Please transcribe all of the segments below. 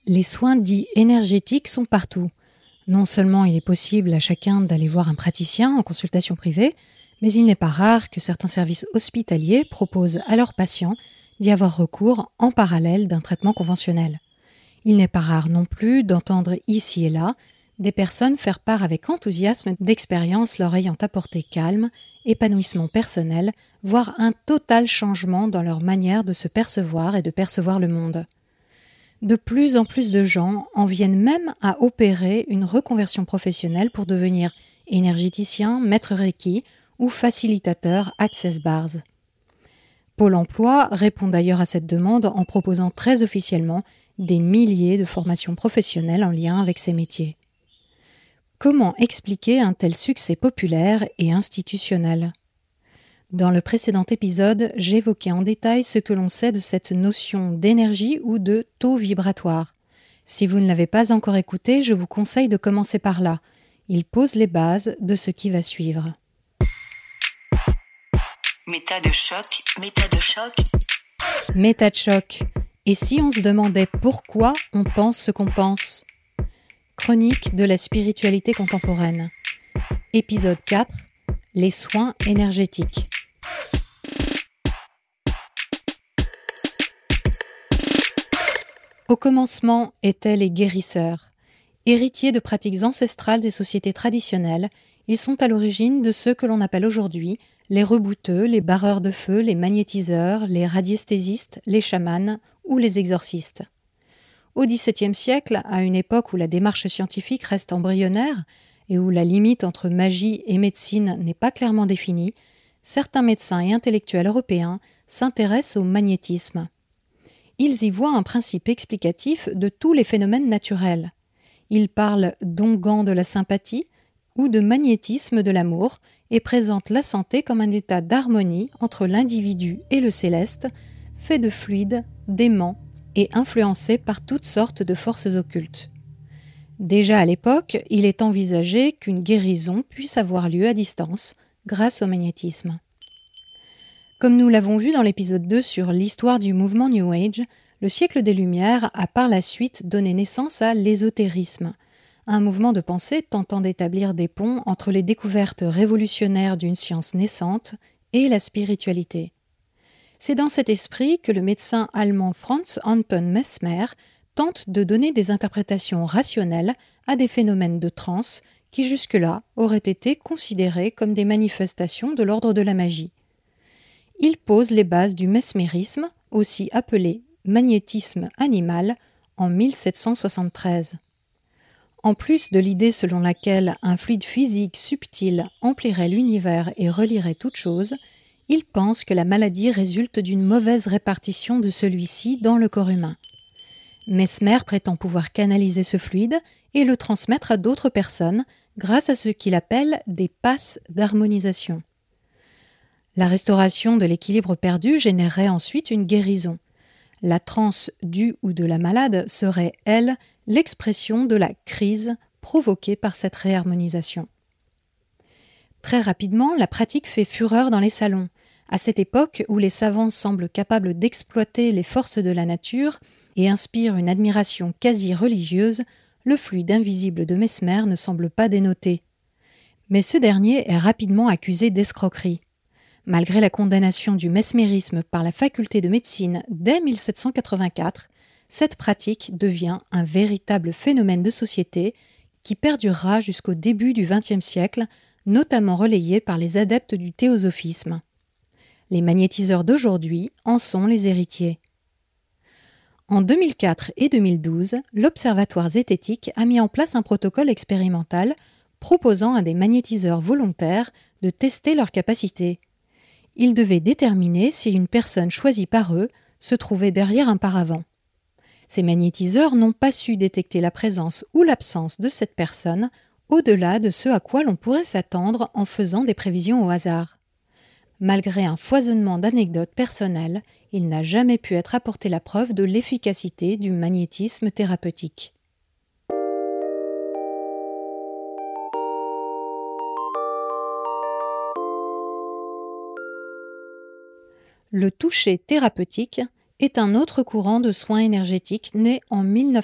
Les soins dits énergétiques sont partout. Non seulement il est possible à chacun d'aller voir un praticien en consultation privée, mais il n'est pas rare que certains services hospitaliers proposent à leurs patients d'y avoir recours en parallèle d'un traitement conventionnel. Il n'est pas rare non plus d'entendre ici et là des personnes faire part avec enthousiasme d'expériences leur ayant apporté calme, épanouissement personnel, voire un total changement dans leur manière de se percevoir et de percevoir le monde. De plus en plus de gens en viennent même à opérer une reconversion professionnelle pour devenir énergéticien, maître Reiki ou facilitateur Access Bars. Pôle emploi répond d'ailleurs à cette demande en proposant très officiellement des milliers de formations professionnelles en lien avec ces métiers. Comment expliquer un tel succès populaire et institutionnel ? Dans le précédent épisode, j'évoquais en détail ce que l'on sait de cette notion d'énergie ou de taux vibratoire. Si vous ne l'avez pas encore écouté, je vous conseille de commencer par là. Il pose les bases de ce qui va suivre. Méta de choc, méta de choc. Méta de choc. Et si on se demandait pourquoi on pense ce qu'on pense ? Chronique de la spiritualité contemporaine. Épisode 4. Les soins énergétiques. Au commencement étaient les guérisseurs. Héritiers de pratiques ancestrales des sociétés traditionnelles, ils sont à l'origine de ceux que l'on appelle aujourd'hui les rebouteux, les barreurs de feu, les magnétiseurs, les radiesthésistes, les chamans ou les exorcistes. Au XVIIe siècle, à une époque où la démarche scientifique reste embryonnaire et où la limite entre magie et médecine n'est pas clairement définie, certains médecins et intellectuels européens s'intéressent au magnétisme. Ils y voient un principe explicatif de tous les phénomènes naturels. Ils parlent d'onguent de la sympathie ou de magnétisme de l'amour et présentent la santé comme un état d'harmonie entre l'individu et le céleste, fait de fluide, d'aimant et influencé par toutes sortes de forces occultes. Déjà à l'époque, il est envisagé qu'une guérison puisse avoir lieu à distance grâce au magnétisme. Comme nous l'avons vu dans l'épisode 2 sur l'histoire du mouvement New Age, le siècle des Lumières a par la suite donné naissance à l'ésotérisme, un mouvement de pensée tentant d'établir des ponts entre les découvertes révolutionnaires d'une science naissante et la spiritualité. C'est dans cet esprit que le médecin allemand Franz Anton Mesmer tente de donner des interprétations rationnelles à des phénomènes de transe qui jusque-là auraient été considérés comme des manifestations de l'ordre de la magie. Il pose les bases du mesmérisme, aussi appelé magnétisme animal, en 1773. En plus de l'idée selon laquelle un fluide physique subtil emplirait l'univers et relierait toute chose, il pense que la maladie résulte d'une mauvaise répartition de celui-ci dans le corps humain. Mesmer prétend pouvoir canaliser ce fluide et le transmettre à d'autres personnes grâce à ce qu'il appelle des passes d'harmonisation. La restauration de l'équilibre perdu générerait ensuite une guérison. La transe du ou de la malade serait, elle, l'expression de la crise provoquée par cette réharmonisation. Très rapidement, la pratique fait fureur dans les salons. À cette époque où les savants semblent capables d'exploiter les forces de la nature et inspirent une admiration quasi religieuse, le fluide invisible de Mesmer ne semble pas dénoté. Mais ce dernier est rapidement accusé d'escroquerie. Malgré la condamnation du mesmérisme par la faculté de médecine dès 1784, cette pratique devient un véritable phénomène de société qui perdurera jusqu'au début du XXe siècle, notamment relayé par les adeptes du théosophisme. Les magnétiseurs d'aujourd'hui en sont les héritiers. En 2004 et 2012, l'Observatoire zététique a mis en place un protocole expérimental proposant à des magnétiseurs volontaires de tester leurs capacités. Ils devaient déterminer si une personne choisie par eux se trouvait derrière un paravent. Ces magnétiseurs n'ont pas su détecter la présence ou l'absence de cette personne au-delà de ce à quoi l'on pourrait s'attendre en faisant des prévisions au hasard. Malgré un foisonnement d'anecdotes personnelles, il n'a jamais pu être apporté la preuve de l'efficacité du magnétisme thérapeutique. Le toucher thérapeutique, est un autre courant de soins énergétiques né en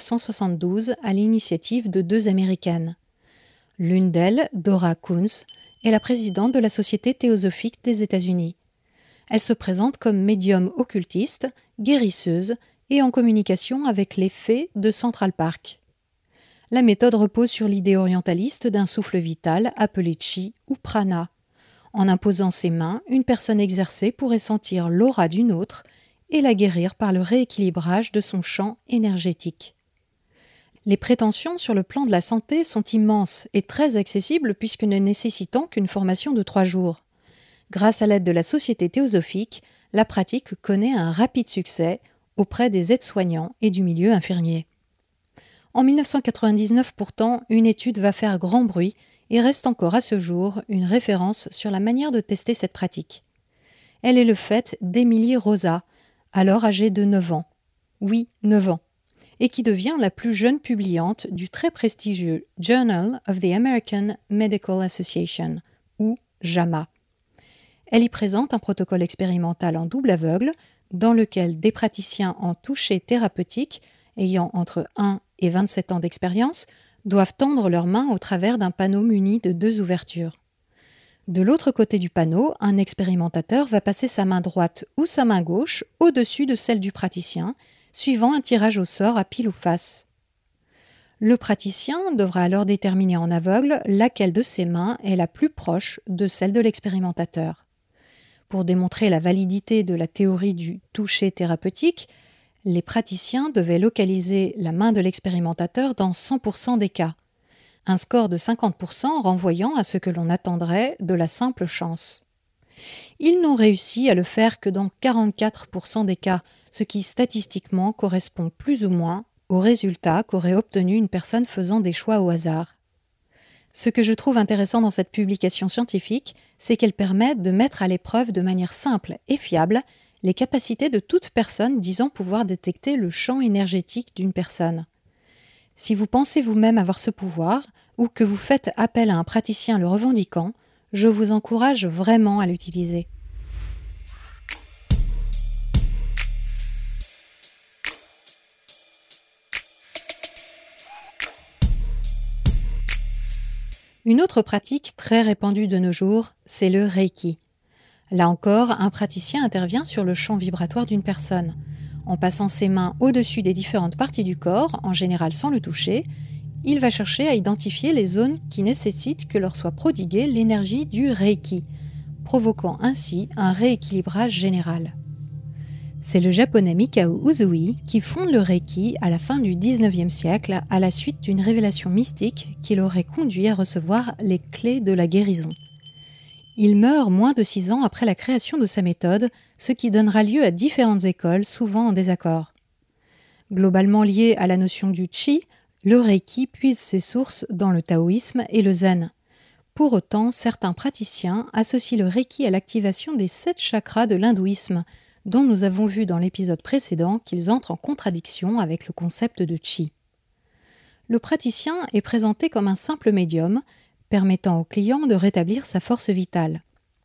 1972 à l'initiative de deux Américaines. L'une d'elles, Dora Kunz, est la présidente de la Société théosophique des États-Unis. Elle se présente comme médium occultiste, guérisseuse et en communication avec les fées de Central Park. La méthode repose sur l'idée orientaliste d'un souffle vital appelé chi ou prana. En imposant ses mains, une personne exercée pourrait sentir l'aura d'une autre et la guérir par le rééquilibrage de son champ énergétique. Les prétentions sur le plan de la santé sont immenses et très accessibles puisque ne nécessitant qu'une formation de 3 jours. Grâce à l'aide de la Société théosophique, la pratique connaît un rapide succès auprès des aides-soignants et du milieu infirmier. En 1999 pourtant, une étude va faire grand bruit et reste encore à ce jour une référence sur la manière de tester cette pratique. Elle est le fait d'Emily Rosa, alors âgée de 9 ans. Oui, 9 ans. Et qui devient la plus jeune publiante du très prestigieux Journal of the American Medical Association, ou JAMA. Elle y présente un protocole expérimental en double aveugle dans lequel des praticiens en toucher thérapeutique ayant entre 1 et 27 ans d'expérience doivent tendre leurs mains au travers d'un panneau muni de 2 ouvertures. De l'autre côté du panneau, un expérimentateur va passer sa main droite ou sa main gauche au-dessus de celle du praticien, suivant un tirage au sort à pile ou face. Le praticien devra alors déterminer en aveugle laquelle de ses mains est la plus proche de celle de l'expérimentateur. Pour démontrer la validité de la théorie du toucher thérapeutique, les praticiens devaient localiser la main de l'expérimentateur dans 100% des cas, un score de 50% renvoyant à ce que l'on attendrait de la simple chance. Ils n'ont réussi à le faire que dans 44% des cas, ce qui statistiquement correspond plus ou moins au résultat qu'aurait obtenu une personne faisant des choix au hasard. Ce que je trouve intéressant dans cette publication scientifique, c'est qu'elle permet de mettre à l'épreuve de manière simple et fiable les capacités de toute personne disant pouvoir détecter le champ énergétique d'une personne. Si vous pensez vous-même avoir ce pouvoir, ou que vous faites appel à un praticien le revendiquant, je vous encourage vraiment à l'utiliser. Une autre pratique très répandue de nos jours, c'est le Reiki. Là encore, un praticien intervient sur le champ vibratoire d'une personne. En passant ses mains au-dessus des différentes parties du corps, en général sans le toucher, il va chercher à identifier les zones qui nécessitent que leur soit prodiguée l'énergie du Reiki, provoquant ainsi un rééquilibrage général. C'est le japonais Mikao Usui qui fonde le Reiki à la fin du XIXe siècle à la suite d'une révélation mystique qui l'aurait conduit à recevoir les clés de la guérison. Il meurt moins de 6 ans après la création de sa méthode, ce qui donnera lieu à différentes écoles, souvent en désaccord. Globalement lié à la notion du Qi, le Reiki puise ses sources dans le taoïsme et le zen. Pour autant, certains praticiens associent le Reiki à l'activation des 7 chakras de l'hindouisme, dont nous avons vu dans l'épisode précédent qu'ils entrent en contradiction avec le concept de Qi. Le praticien est présenté comme un simple médium, permettant au client de rétablir sa force vitale.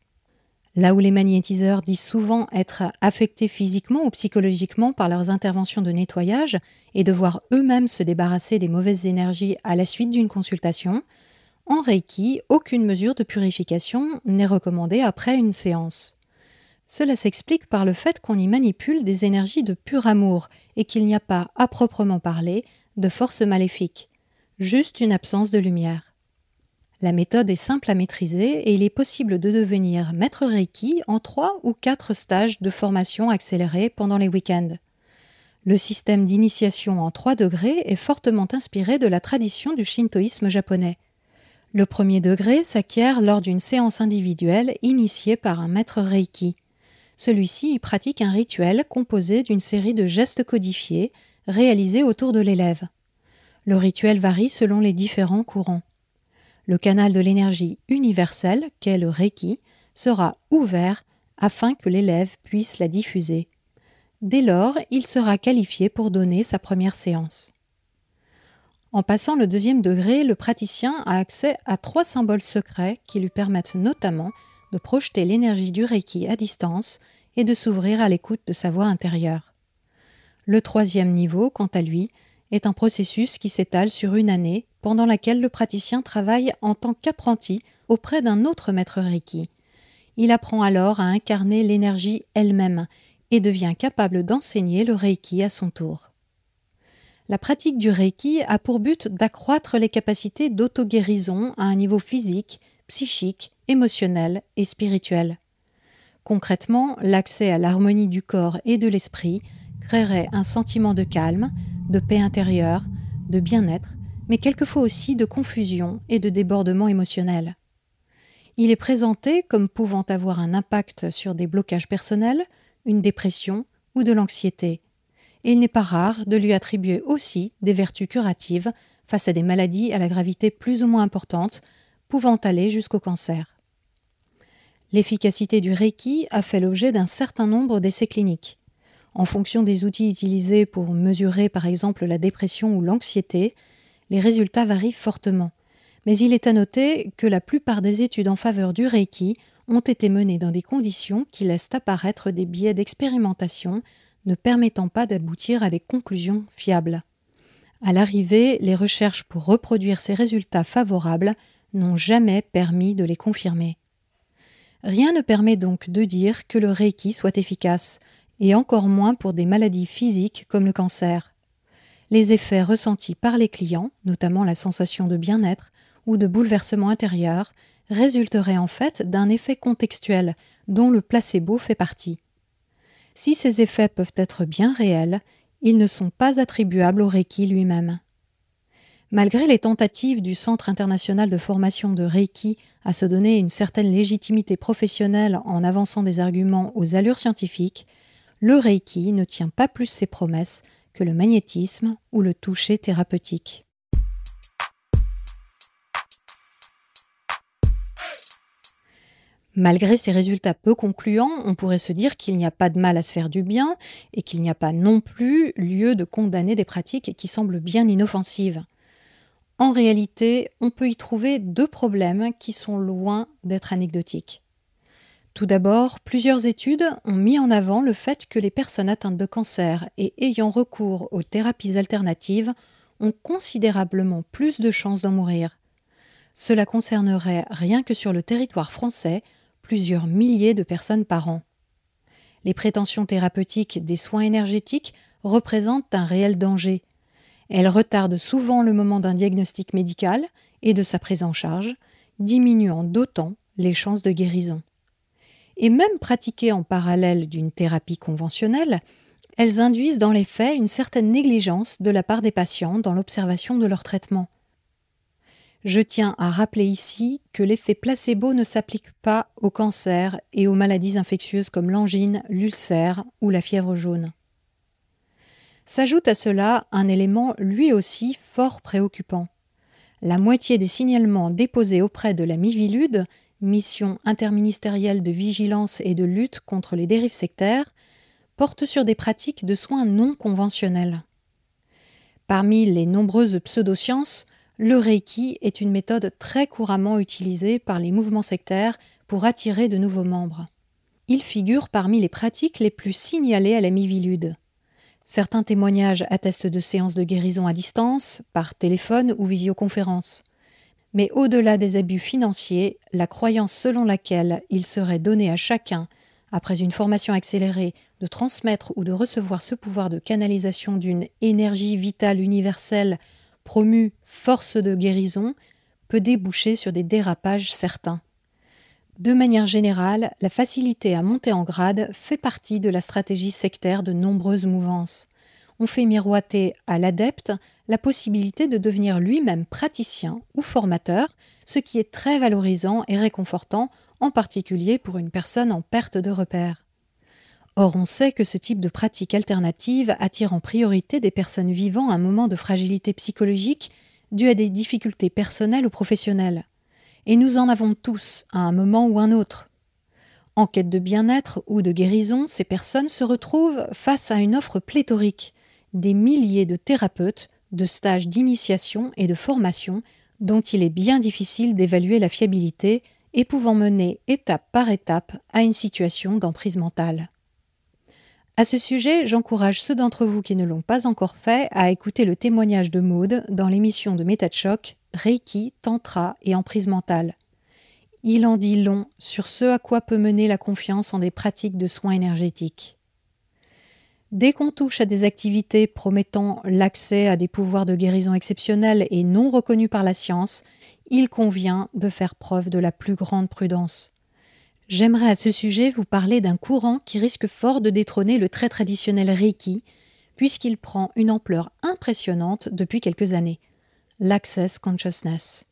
Là où les magnétiseurs disent souvent être affectés physiquement ou psychologiquement par leurs interventions de nettoyage et devoir eux-mêmes se débarrasser des mauvaises énergies à la suite d'une consultation, en Reiki, aucune mesure de purification n'est recommandée après une séance. Cela s'explique par le fait qu'on y manipule des énergies de pur amour et qu'il n'y a pas, à proprement parler, de force maléfique, juste une absence de lumière. La méthode est simple à maîtriser et il est possible de devenir maître Reiki en 3 ou 4 stages de formation accélérée pendant les week-ends. Le système d'initiation en 3 degrés est fortement inspiré de la tradition du shintoïsme japonais. Le premier degré s'acquiert lors d'une séance individuelle initiée par un maître Reiki. Celui-ci y pratique un rituel composé d'une série de gestes codifiés réalisés autour de l'élève. Le rituel varie selon les différents courants. Le canal de l'énergie universelle, qu'est le Reiki, sera ouvert afin que l'élève puisse la diffuser. Dès lors, il sera qualifié pour donner sa première séance. En passant le 2e degré, le praticien a accès à 3 symboles secrets qui lui permettent notamment de projeter l'énergie du Reiki à distance et de s'ouvrir à l'écoute de sa voix intérieure. Le troisième niveau, quant à lui, est un processus qui s'étale sur une année, pendant laquelle le praticien travaille en tant qu'apprenti auprès d'un autre maître Reiki. Il apprend alors à incarner l'énergie elle-même et devient capable d'enseigner le Reiki à son tour. La pratique du Reiki a pour but d'accroître les capacités d'auto-guérison à un niveau physique, psychique, émotionnel et spirituel. Concrètement, l'accès à l'harmonie du corps et de l'esprit créerait un sentiment de calme, de paix intérieure, de bien-être, mais quelquefois aussi de confusion et de débordement émotionnel. Il est présenté comme pouvant avoir un impact sur des blocages personnels, une dépression ou de l'anxiété. Et il n'est pas rare de lui attribuer aussi des vertus curatives face à des maladies à la gravité plus ou moins importante, pouvant aller jusqu'au cancer. L'efficacité du Reiki a fait l'objet d'un certain nombre d'essais cliniques. En fonction des outils utilisés pour mesurer par exemple la dépression ou l'anxiété, les résultats varient fortement. Mais il est à noter que la plupart des études en faveur du Reiki ont été menées dans des conditions qui laissent apparaître des biais d'expérimentation ne permettant pas d'aboutir à des conclusions fiables. À l'arrivée, les recherches pour reproduire ces résultats favorables n'ont jamais permis de les confirmer. Rien ne permet donc de dire que le Reiki soit efficace, et encore moins pour des maladies physiques comme le cancer. Les effets ressentis par les clients, notamment la sensation de bien-être ou de bouleversement intérieur, résulteraient en fait d'un effet contextuel dont le placebo fait partie. Si ces effets peuvent être bien réels, ils ne sont pas attribuables au Reiki lui-même. Malgré les tentatives du Centre international de formation de Reiki à se donner une certaine légitimité professionnelle en avançant des arguments aux allures scientifiques, le Reiki ne tient pas plus ses promesses que le magnétisme ou le toucher thérapeutique. Malgré ces résultats peu concluants, on pourrait se dire qu'il n'y a pas de mal à se faire du bien et qu'il n'y a pas non plus lieu de condamner des pratiques qui semblent bien inoffensives. En réalité, on peut y trouver deux problèmes qui sont loin d'être anecdotiques. Tout d'abord, plusieurs études ont mis en avant le fait que les personnes atteintes de cancer et ayant recours aux thérapies alternatives ont considérablement plus de chances d'en mourir. Cela concernerait, rien que sur le territoire français, plusieurs milliers de personnes par an. Les prétentions thérapeutiques des soins énergétiques représentent un réel danger. Elles retardent souvent le moment d'un diagnostic médical et de sa prise en charge, diminuant d'autant les chances de guérison. Et même pratiquées en parallèle d'une thérapie conventionnelle, elles induisent dans les faits une certaine négligence de la part des patients dans l'observation de leur traitement. Je tiens à rappeler ici que l'effet placebo ne s'applique pas au cancer et aux maladies infectieuses comme l'angine, l'ulcère ou la fièvre jaune. S'ajoute à cela un élément lui aussi fort préoccupant. La moitié des signalements déposés auprès de la Miviludes, mission interministérielle de vigilance et de lutte contre les dérives sectaires, portent sur des pratiques de soins non conventionnels. Parmi les nombreuses pseudosciences, le Reiki est une méthode très couramment utilisée par les mouvements sectaires pour attirer de nouveaux membres. Il figure parmi les pratiques les plus signalées à la Miviludes. Certains témoignages attestent de séances de guérison à distance, par téléphone ou visioconférence. Mais au-delà des abus financiers, la croyance selon laquelle il serait donné à chacun, après une formation accélérée, de transmettre ou de recevoir ce pouvoir de canalisation d'une énergie vitale universelle promue force de guérison, peut déboucher sur des dérapages certains. De manière générale, la facilité à monter en grade fait partie de la stratégie sectaire de nombreuses mouvances. On fait miroiter à l'adepte la possibilité de devenir lui-même praticien ou formateur, ce qui est très valorisant et réconfortant, en particulier pour une personne en perte de repères. Or, on sait que ce type de pratique alternative attire en priorité des personnes vivant un moment de fragilité psychologique due à des difficultés personnelles ou professionnelles. Et nous en avons tous, à un moment ou un autre. En quête de bien-être ou de guérison, ces personnes se retrouvent face à une offre pléthorique, des milliers de thérapeutes, de stages d'initiation et de formation dont il est bien difficile d'évaluer la fiabilité et pouvant mener étape par étape à une situation d'emprise mentale. À ce sujet, j'encourage ceux d'entre vous qui ne l'ont pas encore fait à écouter le témoignage de Maude dans l'émission de Méta de choc Reiki, Tantra et emprise mentale. Il en dit long sur ce à quoi peut mener la confiance en des pratiques de soins énergétiques. Dès qu'on touche à des activités promettant l'accès à des pouvoirs de guérison exceptionnels et non reconnus par la science, il convient de faire preuve de la plus grande prudence. J'aimerais à ce sujet vous parler d'un courant qui risque fort de détrôner le très traditionnel Reiki, puisqu'il prend une ampleur impressionnante depuis quelques années, l'Access Consciousness.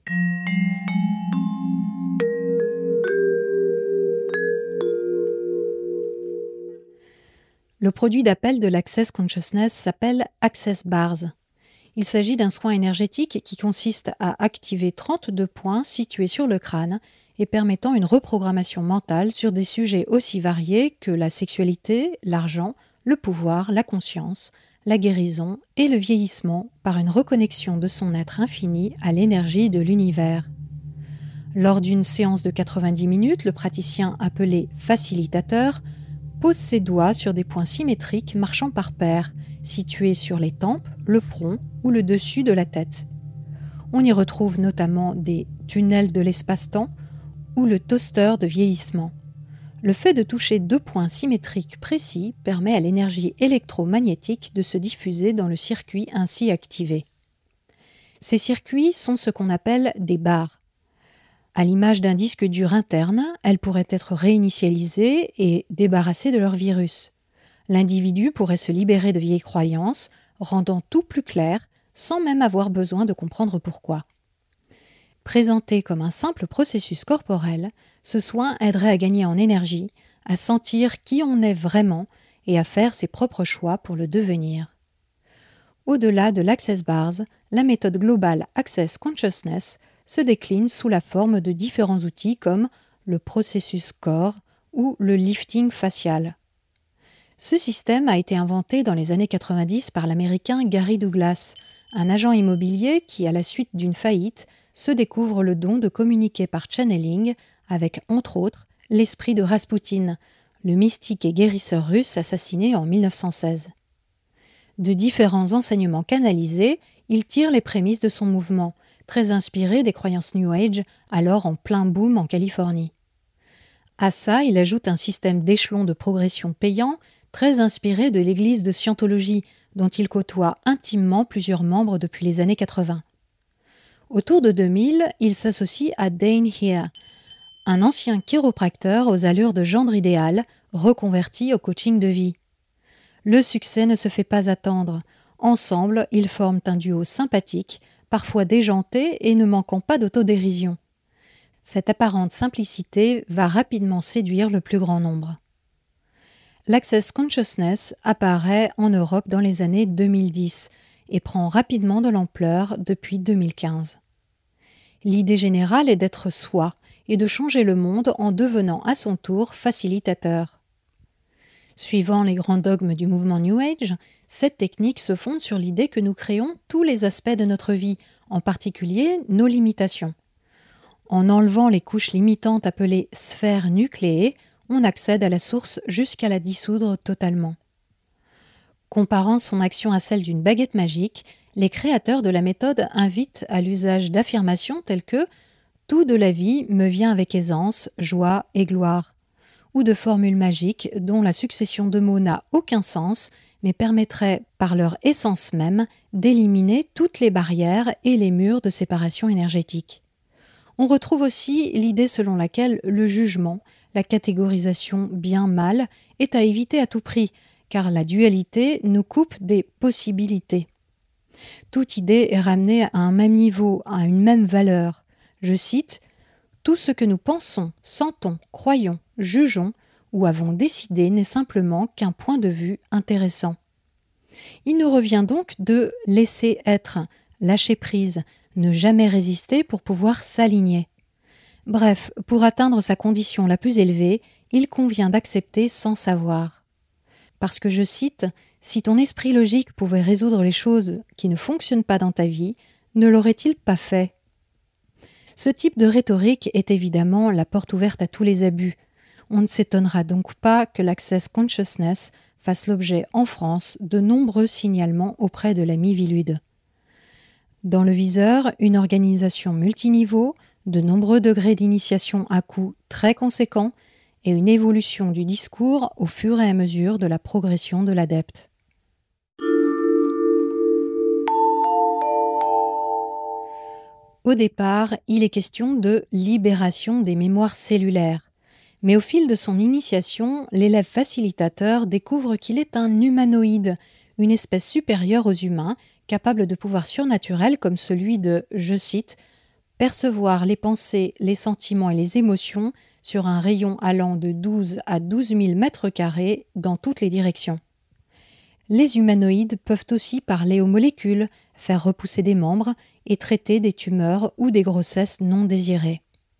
Le produit d'appel de l'Access Consciousness s'appelle Access Bars. Il s'agit d'un soin énergétique qui consiste à activer 32 points situés sur le crâne et permettant une reprogrammation mentale sur des sujets aussi variés que la sexualité, l'argent, le pouvoir, la conscience, la guérison et le vieillissement par une reconnexion de son être infini à l'énergie de l'univers. Lors d'une séance de 90 minutes, le praticien appelé facilitateur pose ses doigts sur des points symétriques marchant par paires, situés sur les tempes, le front ou le dessus de la tête. On y retrouve notamment des tunnels de l'espace-temps ou le toaster de vieillissement. Le fait de toucher 2 points symétriques précis permet à l'énergie électromagnétique de se diffuser dans le circuit ainsi activé. Ces circuits sont ce qu'on appelle des barres. À l'image d'un disque dur interne, elles pourraient être réinitialisées et débarrassées de leur virus. L'individu pourrait se libérer de vieilles croyances, rendant tout plus clair, sans même avoir besoin de comprendre pourquoi. Présenté comme un simple processus corporel, ce soin aiderait à gagner en énergie, à sentir qui on est vraiment et à faire ses propres choix pour le devenir. Au-delà de l'Access Bars, la méthode globale Access Consciousness se décline sous la forme de différents outils comme le processus corps ou le lifting facial. Ce système a été inventé dans les années 90 par l'Américain Gary Douglas, un agent immobilier qui, à la suite d'une faillite, se découvre le don de communiquer par channeling avec, entre autres, l'esprit de Raspoutine, le mystique et guérisseur russe assassiné en 1916. De différents enseignements canalisés, il tire les prémices de son mouvement, très inspiré des croyances New Age, alors en plein boom en Californie. À ça, il ajoute un système d'échelons de progression payant, très inspiré de l'église de Scientologie, dont il côtoie intimement plusieurs membres depuis les années 80. Autour de 2000, il s'associe à Dane Heer, un ancien chiropracteur aux allures de gendre idéal, reconverti au coaching de vie. Le succès ne se fait pas attendre. Ensemble, ils forment un duo sympathique, parfois déjanté et ne manquant pas d'autodérision. Cette apparente simplicité va rapidement séduire le plus grand nombre. L'Access Consciousness apparaît en Europe dans les années 2010 et prend rapidement de l'ampleur depuis 2015. L'idée générale est d'être soi et de changer le monde en devenant à son tour facilitateur. Suivant les grands dogmes du mouvement New Age, cette technique se fonde sur l'idée que nous créons tous les aspects de notre vie, en particulier nos limitations. En enlevant les couches limitantes appelées sphères nucléées, on accède à la source jusqu'à la dissoudre totalement. Comparant son action à celle d'une baguette magique, les créateurs de la méthode invitent à l'usage d'affirmations telles que « tout de la vie me vient avec aisance, joie et gloire » ou de formules magiques dont la succession de mots n'a aucun sens, mais permettrait, par leur essence même, d'éliminer toutes les barrières et les murs de séparation énergétique. On retrouve aussi l'idée selon laquelle le jugement, la catégorisation bien-mal, est à éviter à tout prix, car la dualité nous coupe des possibilités. Toute idée est ramenée à un même niveau, à une même valeur. Je cite « Tout ce que nous pensons, sentons, croyons, jugeons ou avons décidé n'est simplement qu'un point de vue intéressant. » Il nous revient donc de laisser être, lâcher prise, ne jamais résister pour pouvoir s'aligner. Bref, pour atteindre sa condition la plus élevée, il convient d'accepter sans savoir. Parce que, je cite, « Si ton esprit logique pouvait résoudre les choses qui ne fonctionnent pas dans ta vie, ne l'aurait-il pas fait ?» Ce type de rhétorique est évidemment la porte ouverte à tous les abus. On ne s'étonnera donc pas que l'Access Consciousness fasse l'objet en France de nombreux signalements auprès de la Miviludes. Dans le viseur, une organisation multiniveau, de nombreux degrés d'initiation à coût très conséquents et une évolution du discours au fur et à mesure de la progression de l'adepte. Au départ, il est question de libération des mémoires cellulaires. Mais au fil de son initiation, l'élève facilitateur découvre qu'il est un humanoïde, une espèce supérieure aux humains, capable de pouvoirs surnaturels comme celui de, je cite, « percevoir les pensées, les sentiments et les émotions sur un rayon allant de 12 à 12 000 mètres carrés dans toutes les directions ». Les humanoïdes peuvent aussi parler aux molécules, faire repousser des membres et traiter des tumeurs ou des grossesses non désirées.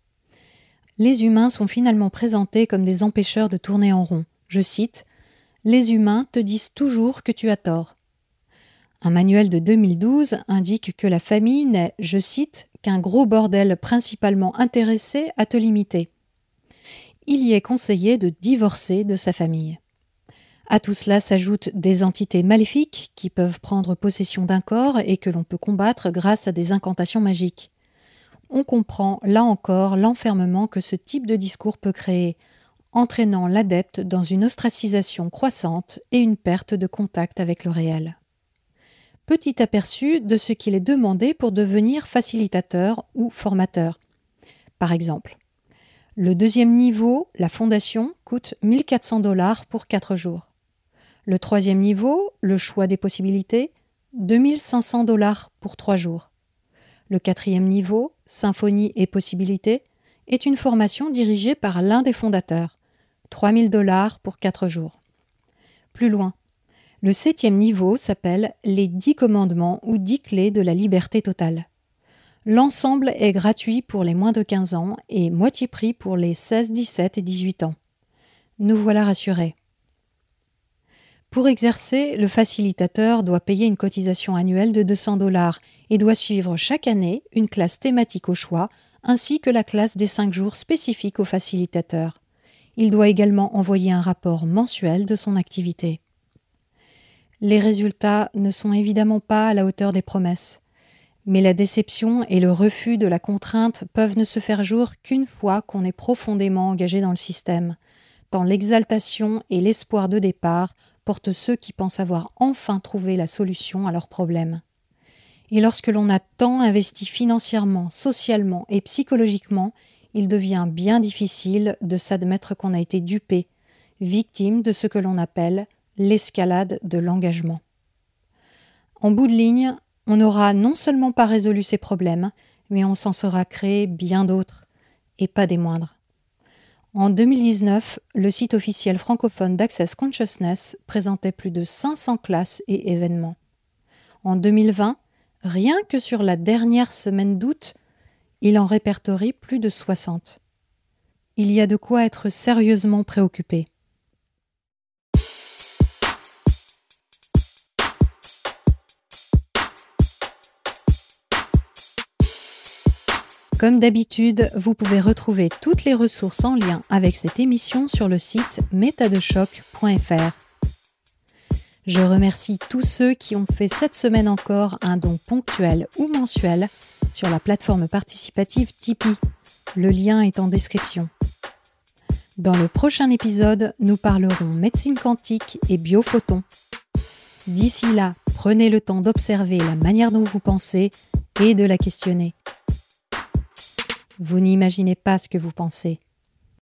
Les humains sont finalement présentés comme des empêcheurs de tourner en rond. Je cite « Les humains te disent toujours que tu as tort ». Un manuel de 2012 indique que la famille n'est, je cite, « qu'un gros bordel principalement intéressé à te limiter ». Il y est conseillé de divorcer de sa famille. À tout cela s'ajoutent des entités maléfiques qui peuvent prendre possession d'un corps et que l'on peut combattre grâce à des incantations magiques. On comprend, là encore, l'enfermement que ce type de discours peut créer, entraînant l'adepte dans une ostracisation croissante et une perte de contact avec le réel. Petit aperçu de ce qu'il est demandé pour devenir facilitateur ou formateur. Par exemple, le 2e niveau, la fondation, coûte 1 400 $ pour 4 jours. Le 3e niveau, le choix des possibilités, 2 500 $ pour 3 jours. Le 4e niveau, Symphonie et possibilités, est une formation dirigée par l'un des fondateurs, 3 000 $ pour 4 jours. Plus loin, le 7e niveau s'appelle les 10 commandements ou 10 clés de la liberté totale. L'ensemble est gratuit pour les moins de 15 ans et moitié prix pour les 16, 17 et 18 ans. Nous voilà rassurés. Pour exercer, le facilitateur doit payer une cotisation annuelle de 200 $ et doit suivre chaque année une classe thématique au choix, ainsi que la classe des 5 jours spécifiques au facilitateur. Il doit également envoyer un rapport mensuel de son activité. Les résultats ne sont évidemment pas à la hauteur des promesses, mais la déception et le refus de la contrainte peuvent ne se faire jour qu'une fois qu'on est profondément engagé dans le système, tant l'exaltation et l'espoir de départ portent ceux qui pensent avoir enfin trouvé la solution à leurs problèmes. Et lorsque l'on a tant investi financièrement, socialement et psychologiquement, il devient bien difficile de s'admettre qu'on a été dupé, victime de ce que l'on appelle l'escalade de l'engagement. En bout de ligne, on n'aura non seulement pas résolu ces problèmes, mais on s'en sera créé bien d'autres, et pas des moindres. En 2019, le site officiel francophone d'Access Consciousness présentait plus de 500 classes et événements. En 2020, rien que sur la dernière semaine d'août, il en répertorie plus de 60. Il y a de quoi être sérieusement préoccupé. Comme d'habitude, vous pouvez retrouver toutes les ressources en lien avec cette émission sur le site metadechoc.fr. Je remercie tous ceux qui ont fait cette semaine encore un don ponctuel ou mensuel sur la plateforme participative Tipeee. Le lien est en description. Dans le prochain épisode, nous parlerons médecine quantique et biophotons. D'ici là, prenez le temps d'observer la manière dont vous pensez et de la questionner. Vous n'imaginez pas ce que vous pensez.